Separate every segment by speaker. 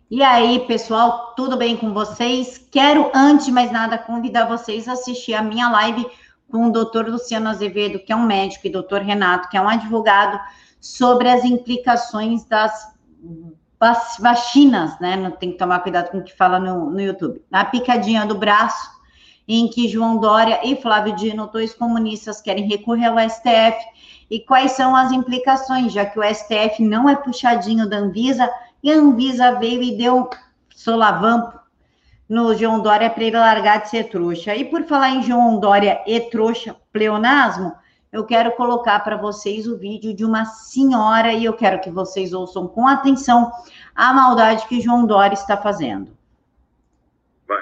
Speaker 1: E aí, pessoal, tudo bem com vocês? Quero, antes de mais nada, convidar vocês a assistir a minha live com o doutor Luciano Azevedo, que é um médico, e doutor Renato, que é um advogado, sobre as implicações das vacinas, né? Não tem que tomar cuidado com o que fala no YouTube. Na picadinha do braço, em que João Dória e Flávio Dino, dois comunistas, querem recorrer ao STF. E quais são as implicações, já que o STF não é puxadinho da Anvisa, e a Anvisa veio e deu solavanco no João Dória para ele largar de ser trouxa. E por falar em João Dória e trouxa, pleonasmo, eu quero colocar para vocês o vídeo de uma senhora e eu quero que vocês ouçam com atenção a maldade que João Dória está fazendo.
Speaker 2: Vai.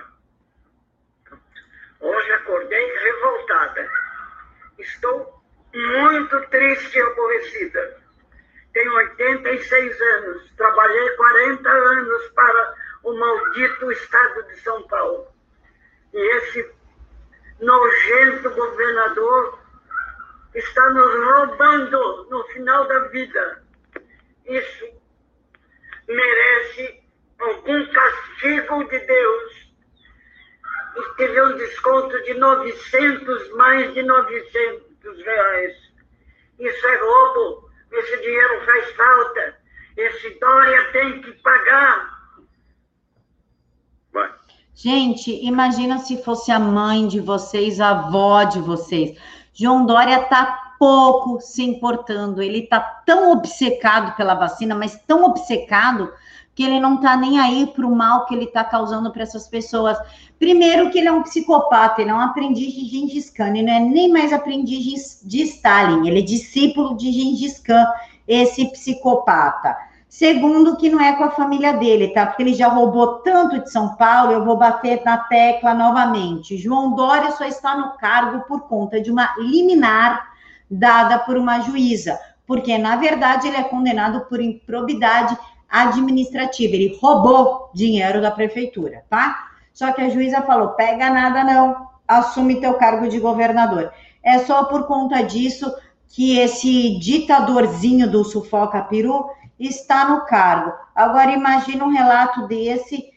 Speaker 2: Hoje acordei revoltada. Estou muito triste e aborrecida. Tenho 86 anos, trabalhei 40 anos para o maldito estado de São Paulo. E esse nojento governador está nos roubando no final da vida. Isso merece algum castigo de Deus. E teve um desconto de 900, mais de 900 reais. Isso é roubo. Esse dinheiro faz falta. Esse Dória tem que pagar. Vai.
Speaker 1: Gente, imagina se fosse a mãe de vocês, a avó de vocês. João Dória tá pouco se importando. Ele tá tão obcecado pela vacina, mas tão obcecado que ele não tá nem aí pro mal que ele tá causando para essas pessoas. Primeiro que ele é um psicopata, ele é um aprendiz de Gengis Khan, ele não é nem mais aprendiz de Stalin, ele é discípulo de Gengis Khan, esse psicopata. Segundo, que não é com a família dele, tá? Porque ele já roubou tanto de São Paulo, eu vou bater na tecla novamente. João Dória só está no cargo por conta de uma liminar dada por uma juíza, porque, na verdade, ele é condenado por improbidade administrativa. Ele roubou dinheiro da prefeitura, tá? Só que a juíza falou, pega nada não, assume teu cargo de governador. É só por conta disso que esse ditadorzinho do sufoca peru está no cargo. Agora imagina um relato desse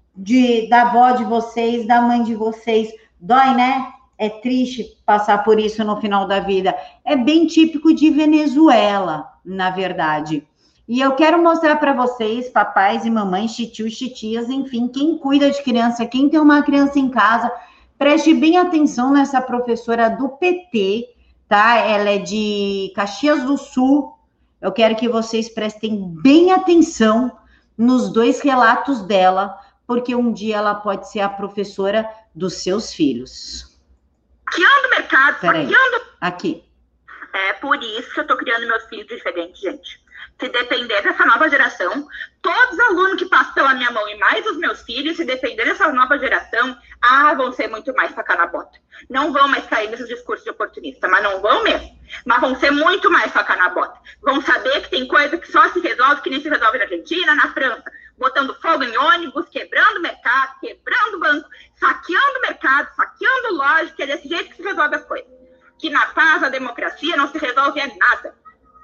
Speaker 1: da avó de vocês, da mãe de vocês. Dói, né? É triste passar por isso no final da vida. É bem típico de Venezuela, na verdade. E eu quero mostrar para vocês, papais e mamães, titios, titias, enfim, quem cuida de criança, quem tem uma criança em casa, preste bem atenção nessa professora do PT, tá? Ela é de Caxias do Sul. Eu quero que vocês prestem bem atenção nos dois relatos dela, porque um dia ela pode ser a professora dos seus filhos.
Speaker 3: Saqueando o mercado, saqueando...
Speaker 1: Aqui.
Speaker 3: É por isso que eu tô criando meus filhos diferentes, gente. Se depender dessa nova geração, todos os alunos que passam pela minha mão e mais os meus filhos, se depender dessa nova geração, vão ser muito mais faca na bota. Não vão mais cair nesses discursos de oportunista, mas não vão mesmo. Mas vão ser muito mais faca na bota. Vão saber que tem coisa que só se resolve, que nem se resolve na Argentina, na França. Botando fogo em ônibus, quebrando mercado, quebrando banco, saqueando mercado, saqueando loja, que é desse jeito que se resolve as coisas. Que na paz, a democracia não se resolve nada.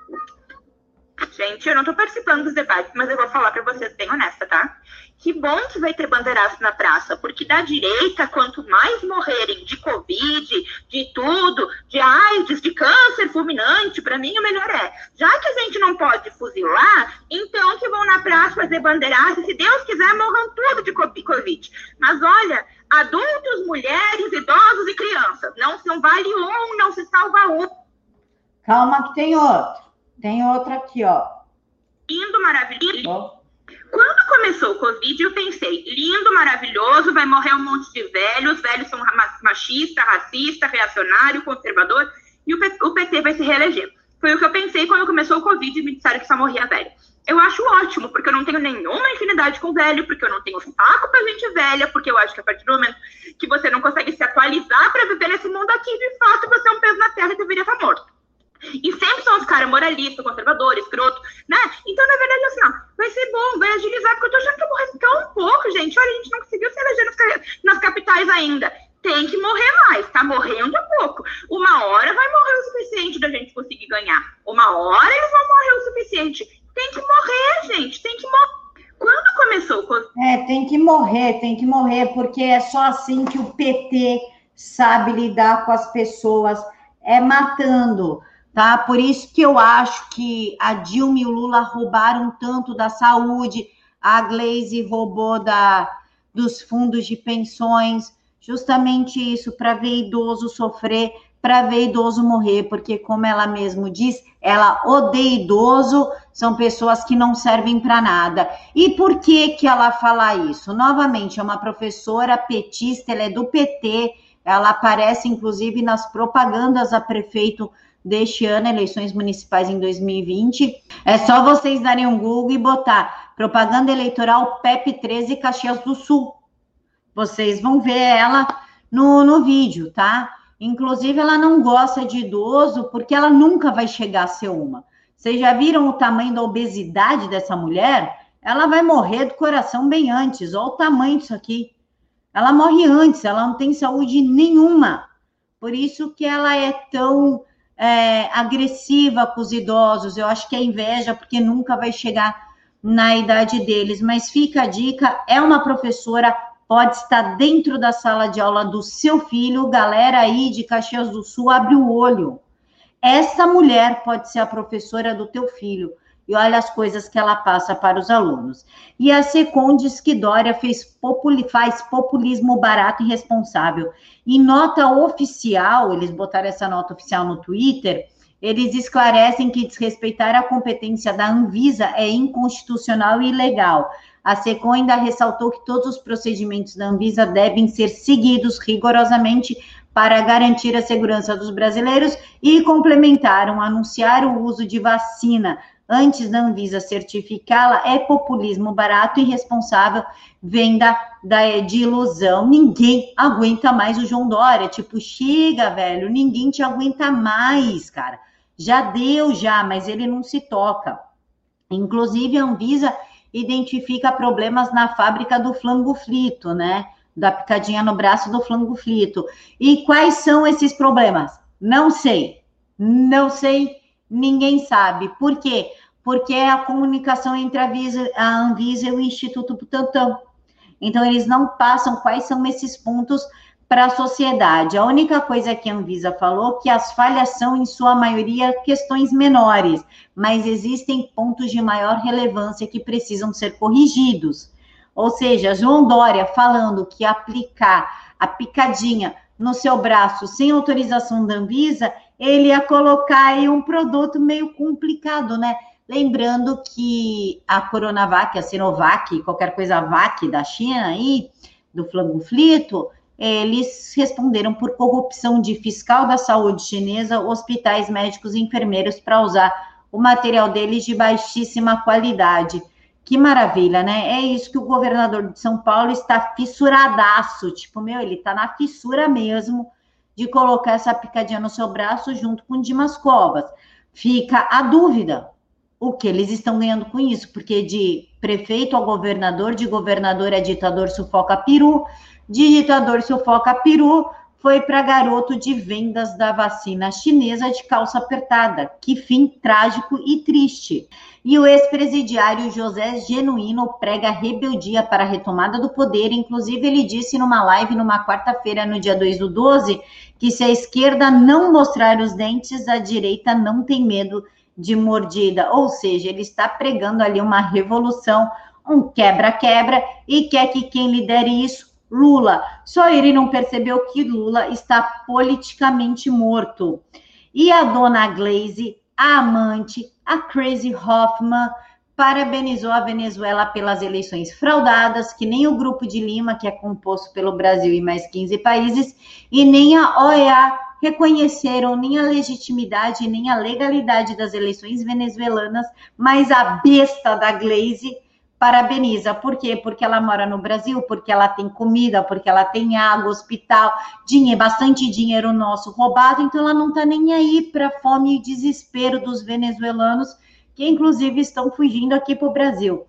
Speaker 3: Gente, eu não tô participando dos debates, mas eu vou falar pra vocês bem honesta, tá? Que bom que vai ter bandeiraço na praça, porque da direita, quanto mais morrerem de Covid, de tudo, de AIDS, de câncer fulminante, pra mim o melhor é. Já que a gente não pode fuzilar, então que vão na praça fazer bandeiraço, e se Deus quiser, morram tudo de Covid. Mas olha, adultos, mulheres, idosos e crianças, não vale um, não se salva um.
Speaker 1: Calma que tem outro. Tem outra aqui, ó.
Speaker 3: Lindo, maravilhoso. Quando começou o Covid, eu pensei, lindo, maravilhoso, vai morrer um monte de velhos, os velhos são machista, racista, reacionário, conservador, e o PT vai se reeleger. Foi o que eu pensei quando começou o Covid e me disseram que só morria velho. Eu acho ótimo, porque eu não tenho nenhuma infinidade com velho, porque eu não tenho saco pra gente velha, porque eu acho que a partir do momento que você não consegue se atualizar pra viver nesse mundo aqui, de fato, você é um peso na terra e deveria estar morto. E sempre são os caras moralistas, conservadores, escroto, né? Então, na verdade, assim, ó, vai ser bom, vai agilizar, porque eu tô achando que eu morrer tão pouco, gente. Olha, a gente não conseguiu se eleger nas capitais ainda. Tem que morrer mais, tá morrendo pouco. Uma hora vai morrer o suficiente da gente conseguir ganhar. Uma hora eles vão morrer o suficiente. Tem que morrer, gente, tem que morrer. Quando começou começou o Covid.
Speaker 1: Tem que morrer, porque é só assim que o PT sabe lidar com as pessoas, matando, tá? Por isso que eu acho que a Dilma e o Lula roubaram tanto da saúde, a Glaze roubou dos fundos de pensões, justamente isso, para ver idoso sofrer, para ver idoso morrer, porque como ela mesmo diz, ela odeia idoso, são pessoas que não servem para nada. E por que ela fala isso? Novamente, é uma professora petista, ela é do PT, ela aparece inclusive nas propagandas a prefeito deste ano, eleições municipais em 2020. É só vocês darem um Google e botar propaganda eleitoral PEP 13 Caxias do Sul. Vocês vão ver ela no vídeo, tá? Inclusive, ela não gosta de idoso porque ela nunca vai chegar a ser uma. Vocês já viram o tamanho da obesidade dessa mulher? Ela vai morrer do coração bem antes. Olha o tamanho disso aqui. Ela morre antes, ela não tem saúde nenhuma. Por isso que ela é tão agressiva com os idosos. Eu acho que é inveja, porque nunca vai chegar na idade deles. Mas fica a dica, é uma professora, pode estar dentro da sala de aula do seu filho. Galera aí de Caxias do Sul, abre o olho. Essa mulher pode ser a professora do teu filho. E olha as coisas que ela passa para os alunos. E a Secom diz que Dória faz populismo barato e irresponsável. Em nota oficial, eles botaram essa nota oficial no Twitter, eles esclarecem que desrespeitar a competência da Anvisa é inconstitucional e ilegal. A Secom ainda ressaltou que todos os procedimentos da Anvisa devem ser seguidos rigorosamente para garantir a segurança dos brasileiros e complementaram, anunciar o uso de vacina antes da Anvisa certificá-la é populismo barato e irresponsável, venda de ilusão. Ninguém aguenta mais o João Dória, tipo, chega, velho, ninguém te aguenta mais, cara. Já deu, mas ele não se toca. Inclusive, a Anvisa identifica problemas na fábrica do flango frito, né? Da picadinha no braço do flango frito. E quais são esses problemas? Não sei, ninguém sabe. Por quê? Porque é a comunicação entre a Anvisa e o Instituto Butantan. Então, eles não passam quais são esses pontos para a sociedade. A única coisa que a Anvisa falou é que as falhas são, em sua maioria, questões menores, mas existem pontos de maior relevância que precisam ser corrigidos. Ou seja, João Dória falando que aplicar a picadinha no seu braço sem autorização da Anvisa, ele ia colocar aí um produto meio complicado, né? Lembrando que a Coronavac, a Sinovac, qualquer coisa VAC da China aí, do flango frito, eles responderam por corrupção de fiscal da saúde chinesa, hospitais, médicos e enfermeiros para usar o material deles de baixíssima qualidade. Que maravilha, né? É isso que o governador de São Paulo está fissuradaço, tipo, ele tá na fissura mesmo de colocar essa picadinha no seu braço junto com Dimas Covas. Fica a dúvida, o que eles estão ganhando com isso, porque de prefeito a governador, de governador a ditador sufoca peru, de ditador sufoca peru, foi para garoto de vendas da vacina chinesa de calça apertada. Que fim trágico e triste. E o ex-presidiário José Genuíno prega rebeldia para a retomada do poder. Inclusive, ele disse numa live numa quarta-feira, no dia 2/12, que se a esquerda não mostrar os dentes, a direita não tem medo de mordida. Ou seja, ele está pregando ali uma revolução, um quebra-quebra, e quer que quem lidere isso, Lula. Só ele não percebeu que Lula está politicamente morto. E a dona Glaze, a amante, a Crazy Hoffman, parabenizou a Venezuela pelas eleições fraudadas, que nem o Grupo de Lima, que é composto pelo Brasil e mais 15 países, e nem a OEA reconheceram nem a legitimidade, nem a legalidade das eleições venezuelanas, mas a besta da Glaze parabeniza. Por quê? Porque ela mora no Brasil, porque ela tem comida, porque ela tem água, hospital, dinheiro, bastante dinheiro nosso roubado, então ela não está nem aí para a fome e desespero dos venezuelanos, que inclusive estão fugindo aqui para o Brasil.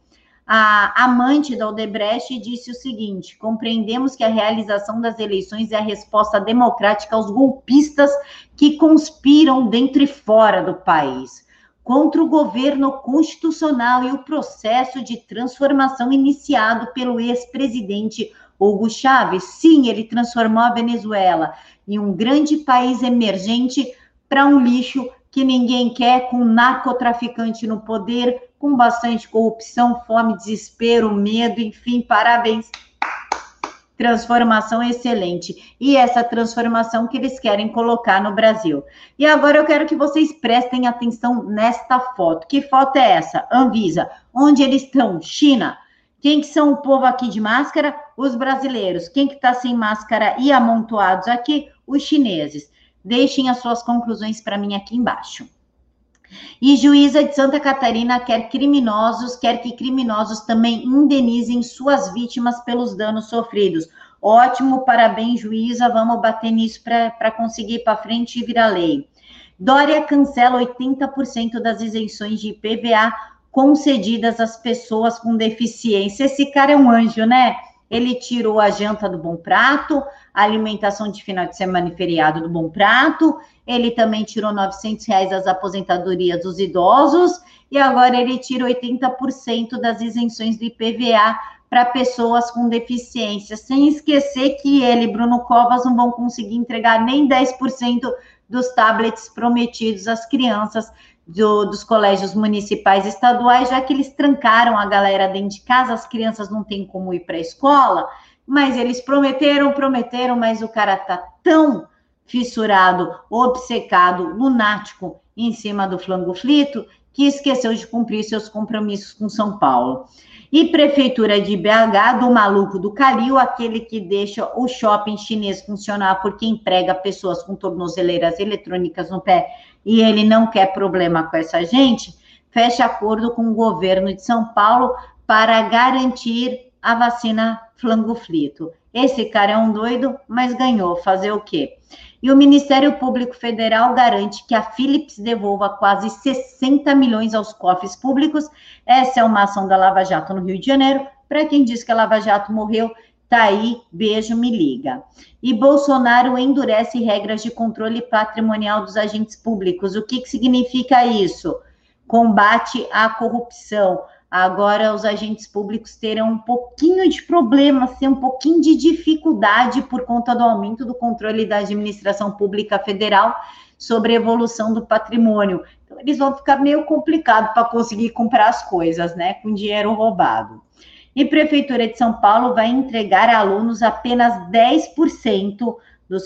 Speaker 1: A amante da Odebrecht disse o seguinte: compreendemos que a realização das eleições é a resposta democrática aos golpistas que conspiram dentro e fora do país. contra o governo constitucional e o processo de transformação iniciado pelo ex-presidente Hugo Chávez. Sim, ele transformou a Venezuela em um grande país emergente para um lixo que ninguém quer, com narcotraficante no poder, com bastante corrupção, fome, desespero, medo, enfim, parabéns. Transformação excelente. E essa transformação que eles querem colocar no Brasil. E agora eu quero que vocês prestem atenção nesta foto. Que foto é essa? Anvisa. Onde eles estão? China. Quem que são o povo aqui de máscara? Os brasileiros. Quem que está sem máscara e amontoados aqui? Os chineses. Deixem as suas conclusões para mim aqui embaixo. E juíza de Santa Catarina quer que criminosos também indenizem suas vítimas pelos danos sofridos. Ótimo, parabéns, juíza, vamos bater nisso para conseguir ir para frente e virar lei. Dória cancela 80% das isenções de IPVA concedidas às pessoas com deficiência. Esse cara é um anjo, né? Ele tirou a janta do Bom Prato, a alimentação de final de semana e feriado do Bom Prato, ele também tirou R$900 das aposentadorias dos idosos, e agora ele tira 80% das isenções do IPVA para pessoas com deficiência, sem esquecer que ele e Bruno Covas não vão conseguir entregar nem 10% dos tablets prometidos às crianças dos colégios municipais e estaduais, já que eles trancaram a galera dentro de casa, as crianças não têm como ir para a escola, mas eles prometeram, mas o cara tá tão fissurado, obcecado, lunático em cima do flango frito, que esqueceu de cumprir seus compromissos com São Paulo. E prefeitura de BH, do maluco do Calil, aquele que deixa o shopping chinês funcionar porque emprega pessoas com tornozeleiras eletrônicas no pé e ele não quer problema com essa gente, fecha acordo com o governo de São Paulo para garantir a vacina flango frito. Esse cara é um doido, mas ganhou. Fazer o quê? E o Ministério Público Federal garante que a Philips devolva quase 60 milhões aos cofres públicos. Essa é uma ação da Lava Jato no Rio de Janeiro. Para quem diz que a Lava Jato morreu, tá aí, beijo, me liga. E Bolsonaro endurece regras de controle patrimonial dos agentes públicos. O que significa isso? Combate à corrupção. Agora os agentes públicos terão um pouquinho de problema, um pouquinho de dificuldade por conta do aumento do controle da administração pública federal sobre a evolução do patrimônio. Então, eles vão ficar meio complicado para conseguir comprar as coisas, né, com dinheiro roubado. E Prefeitura de São Paulo vai entregar a alunos apenas 10% dos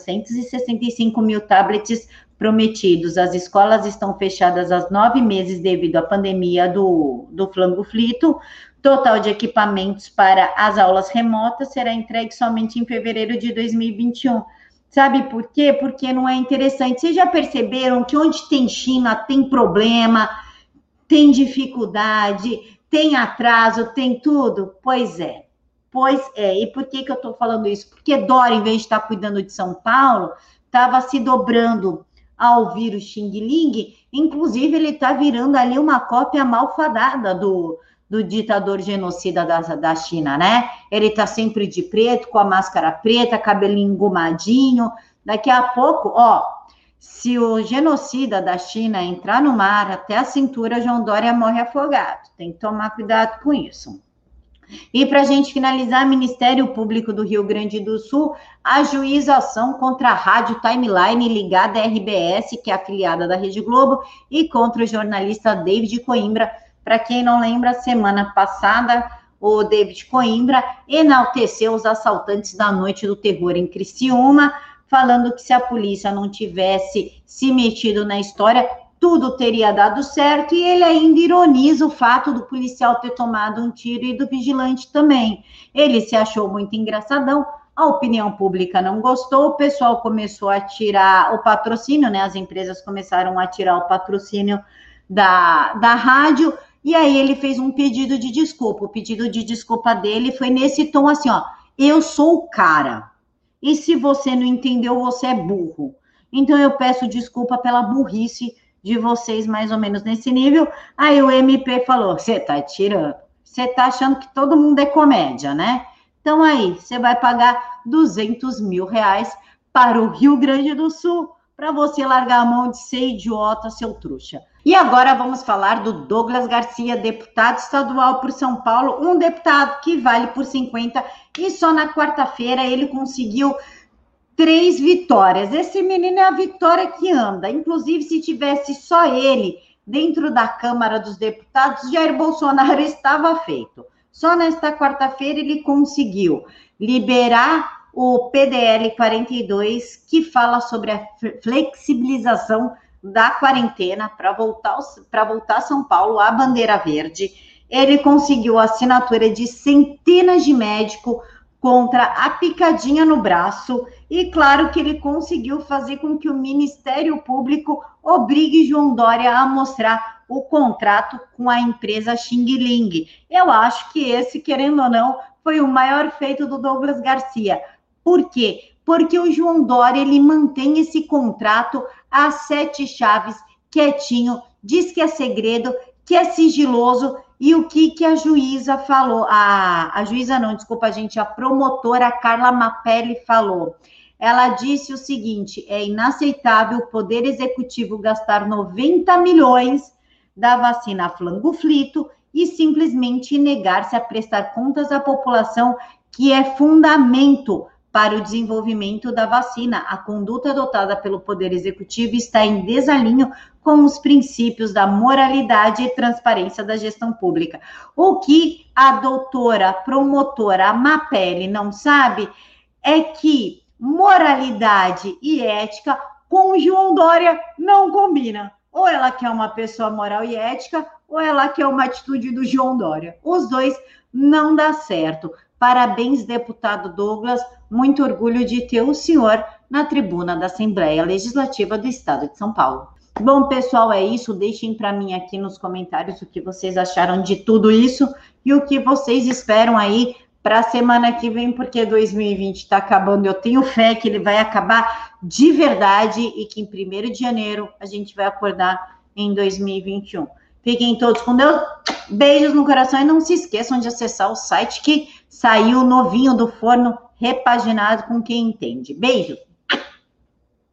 Speaker 1: 465 mil tablets prometidos. As escolas estão fechadas há 9 meses devido à pandemia do flango frito. Total de equipamentos para as aulas remotas será entregue somente em fevereiro de 2021. Sabe por quê? Porque não é interessante. Vocês já perceberam que onde tem China tem problema, tem dificuldade, tem atraso, tem tudo? Pois é. E por que eu estou falando isso? Porque Dória, em vez de estar cuidando de São Paulo, estava se dobrando ao vírus Xing Ling, inclusive ele está virando ali uma cópia malfadada do ditador genocida da China, né? Ele está sempre de preto, com a máscara preta, cabelinho engomadinho. Daqui a pouco, se o genocida da China entrar no mar até a cintura, João Dória morre afogado. Tem que tomar cuidado com isso. E para a gente finalizar, Ministério Público do Rio Grande do Sul ajuiza ação contra a Rádio Timeline ligada à RBS, que é afiliada da Rede Globo, e contra o jornalista David Coimbra. Para quem não lembra, semana passada, o David Coimbra enalteceu os assaltantes da Noite do Terror em Criciúma, falando que se a polícia não tivesse se metido na história, tudo teria dado certo, e ele ainda ironiza o fato do policial ter tomado um tiro e do vigilante também. Ele se achou muito engraçadão, a opinião pública não gostou, o pessoal começou a tirar o patrocínio, né? As empresas começaram a tirar o patrocínio da rádio, e aí ele fez um pedido de desculpa. O pedido de desculpa dele foi nesse tom assim, eu sou o cara, e se você não entendeu, você é burro. Então eu peço desculpa pela burrice de vocês, mais ou menos nesse nível. Aí o MP falou, você tá tirando, você tá achando que todo mundo é comédia, né? Então aí, você vai pagar R$200 mil para o Rio Grande do Sul, para você largar a mão de ser idiota, seu trouxa. E agora vamos falar do Douglas Garcia, deputado estadual por São Paulo, um deputado que vale por 50, e só na quarta-feira ele conseguiu 3 vitórias. Esse menino é a vitória que anda. Inclusive, se tivesse só ele dentro da Câmara dos Deputados, Jair Bolsonaro estava feito. Só nesta quarta-feira ele conseguiu liberar o PDL 42, que fala sobre a flexibilização da quarentena para voltar a São Paulo, a bandeira verde. Ele conseguiu a assinatura de centenas de médicos contra a picadinha no braço, e claro que ele conseguiu fazer com que o Ministério Público obrigue João Dória a mostrar o contrato com a empresa Xing Ling. Eu acho que esse, querendo ou não, foi o maior feito do Douglas Garcia. Por quê? Porque o João Dória, ele mantém esse contrato a 7 chaves, quietinho, diz que é segredo, que é sigiloso. E o que a juíza falou? A juíza não, desculpa, gente, a promotora Carla Mapelli falou. Ela disse o seguinte: é inaceitável o Poder Executivo gastar 90 milhões da vacina Flangoflito e simplesmente negar-se a prestar contas à população, que é fundamento para o desenvolvimento da vacina. A conduta adotada pelo Poder Executivo está em desalinho com os princípios da moralidade e transparência da gestão pública. O que a doutora promotora Mapelli não sabe é que moralidade e ética com João Dória não combina. Ou ela quer uma pessoa moral e ética, ou ela quer uma atitude do João Dória. Os dois não dá certo. Parabéns, deputado Douglas. Muito orgulho de ter o senhor na tribuna da Assembleia Legislativa do Estado de São Paulo. Bom, pessoal, é isso. Deixem para mim aqui nos comentários o que vocês acharam de tudo isso e o que vocês esperam aí para a semana que vem, porque 2020 está acabando. Eu tenho fé que ele vai acabar de verdade e que em 1º de janeiro a gente vai acordar em 2021. Fiquem todos com Deus. Beijos no coração e não se esqueçam de acessar o site que saiu novinho do forno, repaginado com quem entende. Beijo!